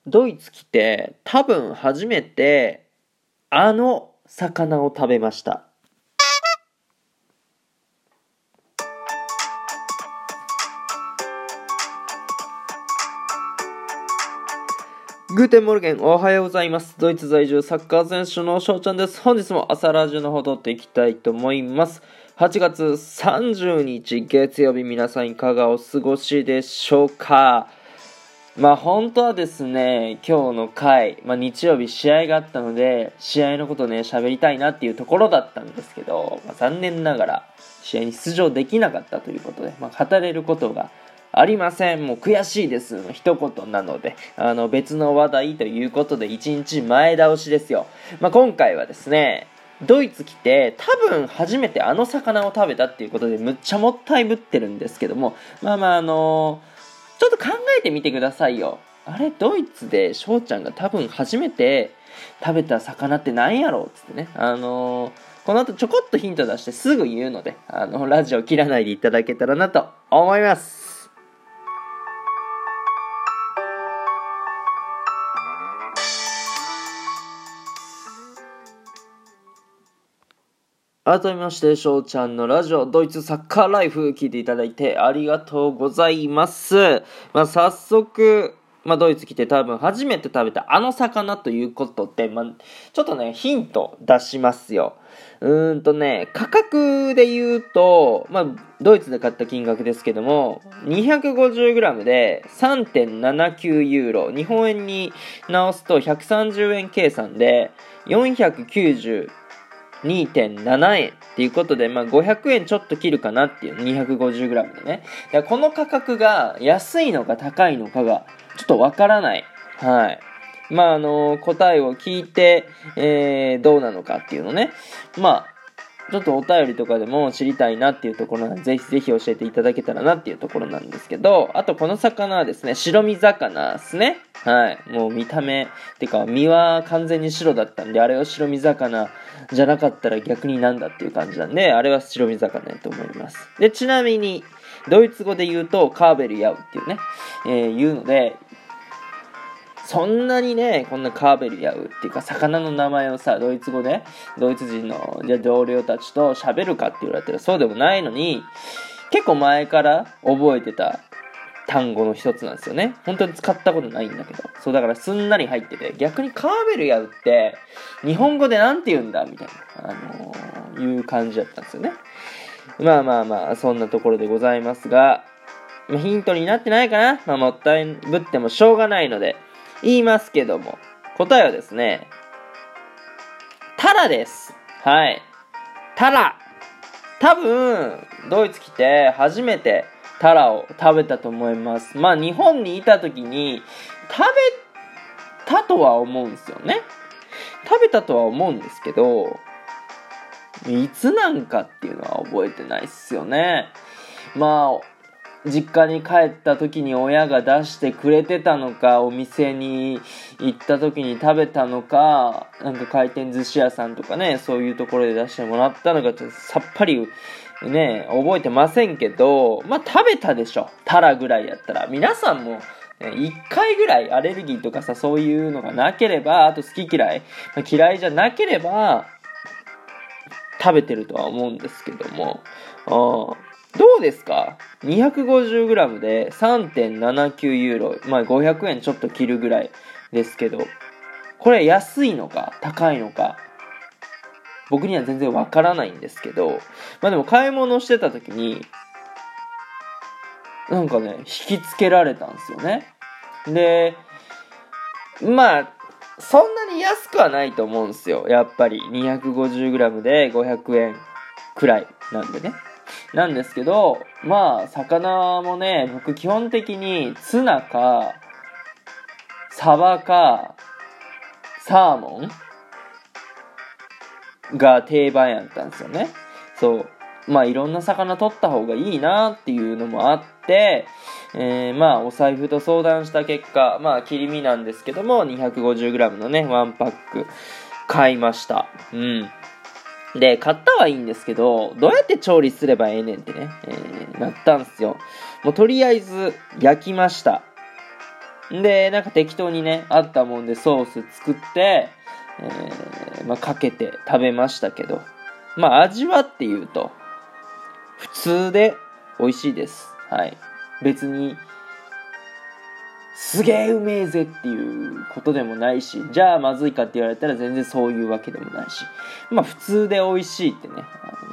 ドイツ来て多分初めてあの魚を食べました。グーテンモルゲン、おはようございます。ドイツ在住サッカー選手の翔ちゃんです。本日も朝ラジオのほどっていきたいと思います。8月30日月曜日、皆さんいかがお過ごしでしょうか。本当はですね、今日の回、日曜日試合があったので、試合のことね、喋りたいなっていうところだったんですけど、残念ながら試合に出場できなかったということで、語れることがありません。もう悔しいですの一言なので、別の話題ということで1日前倒しですよ。今回はですね、ドイツ来て多分初めてあの魚を食べたっていうことでむっちゃもったいぶってるんですけども、ちょっと考えてみてくださいよ。あれ、ドイツで翔ちゃんが多分初めて食べた魚って何やろうっつってね、この後ちょこっとヒント出してすぐ言うので、ラジオ切らないでいただけたらなと思います。改めまして、翔ちゃんのラジオ、ドイツサッカーライフ、聞いていただいてありがとうございます。早速、ドイツ来て多分初めて食べたあの魚ということで、ちょっとね、ヒント出しますよ。価格で言うと、ドイツで買った金額ですけども、250g で 3.79 ユーロ、日本円に直すと130円計算で490 2.7 円っていうことで、500円ちょっと切るかなっていう 250g でね。この価格が安いのか高いのかがちょっとわからない。はい。答えを聞いて、どうなのかっていうのね。ちょっとお便りとかでも知りたいなっていうところなんで、ぜひぜひ教えていただけたらなっていうところなんですけど、あとこの魚はですね、白身魚ですね。はい。もう見た目、てか身は完全に白だったんで、あれは白身魚じゃなかったら逆になんだっていう感じなんで、あれは白身魚やと思います。で、ちなみに、ドイツ語で言うと、カーベルヤウっていうね、言うので、そんなにね、こんなカーベルヤウっていうか魚の名前をさ、ドイツ語でドイツ人の同僚たちと喋るかって言われたらそうでもないのに、結構前から覚えてた単語の一つなんですよね。本当に使ったことないんだけど、そうだからすんなり入ってて、逆にカーベルヤウって日本語でなんて言うんだみたいな、いう感じだったんですよね。そんなところでございますが、ヒントになってないかな。もったいぶってもしょうがないので言いますけども、答えはですね、タラです。はい。タラ。多分、ドイツ来て初めてタラを食べたと思います。日本にいた時に食べたとは思うんですよね。食べたとは思うんですけど、いつなんかっていうのは覚えてないっすよね。実家に帰った時に親が出してくれてたのか、お店に行った時に食べたのか、なんか回転寿司屋さんとかね、そういうところで出してもらったのか、ちょっとさっぱりね、覚えてませんけど、食べたでしょ。タラぐらいやったら。皆さんも、1回ぐらいアレルギーとかさ、そういうのがなければ、あと好き嫌い、嫌いじゃなければ、食べてるとは思うんですけども、どうですか ?250g で 3.79 ユーロ。500円ちょっと切るぐらいですけど、これ安いのか高いのか、僕には全然わからないんですけど、でも買い物してた時に、なんかね、引きつけられたんですよね。で、そんなに安くはないと思うんですよ。やっぱり 250g で500円くらいなんでね。なんですけど、魚もね、僕基本的にツナかサバかサーモンが定番やったんですよね。そう。いろんな魚取った方がいいなっていうのもあって、お財布と相談した結果、切り身なんですけども 250g のねワンパック買いました。で、買ったはいいんですけど、どうやって調理すればええねんってね、なったんすよ。もうとりあえず焼きました。 で、なんか適当にね、あったもんでソース作って、かけて食べましたけど、味はっていうと、普通で美味しいです。はい。別に、すげえうめえぜっていうことでもないし、じゃあまずいかって言われたら全然そういうわけでもないし、普通で美味しいってね、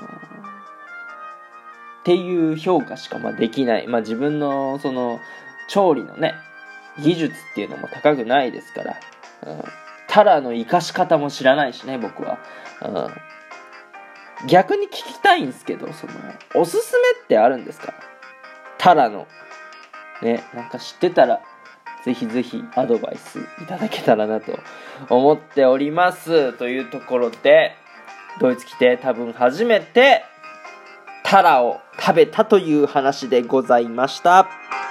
っていう評価しかできない。自分のその調理のね、技術っていうのも高くないですから、タラの生かし方も知らないしね、僕は。逆に聞きたいんですけど、おすすめってあるんですか？タラの。ね、なんか知ってたら、ぜひぜひアドバイスいただけたらなと思っております。というところで、ドイツ来て多分初めてタラを食べたという話でございました。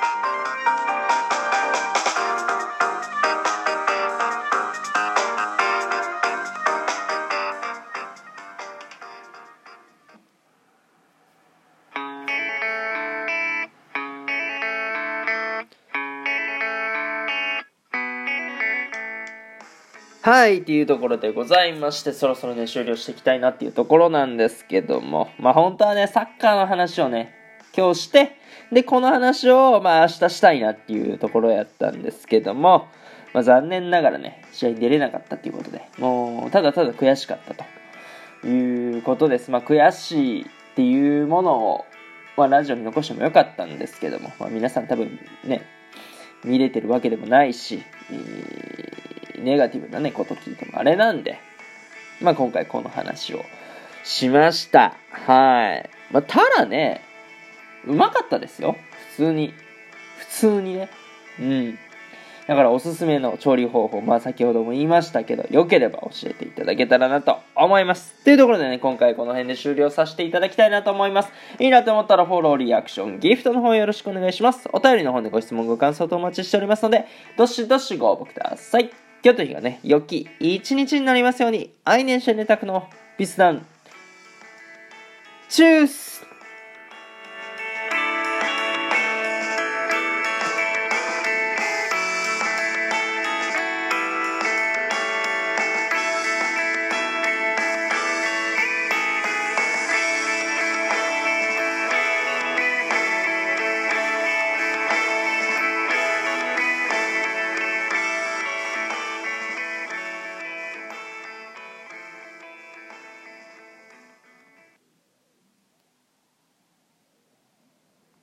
はい、っていうところでございまして、そろそろね、終了していきたいなっていうところなんですけども、本当はね、サッカーの話をね、今日して、で、この話を、明日したいなっていうところやったんですけども、残念ながらね、試合に出れなかったっていうことで、もう、ただただ悔しかったということです。悔しいっていうものを、ラジオに残してもよかったんですけども、皆さん多分ね、見れてるわけでもないし、ネガティブなね、こと聞いてもあれなんで、今回この話をしました。はい。ただね、うまかったですよ。普通にね。だからおすすめの調理方法、先ほども言いましたけど、良ければ教えていただけたらなと思います。というところでね、今回この辺で終了させていただきたいなと思います。いいなと思ったらフォロー、リアクション、ギフトの方よろしくお願いします。お便りの方でご質問、ご感想とお待ちしておりますので、どしどしご応募ください。今日という日がね、良き一日になりますように、アイネンシェネタクのビスダン。チュース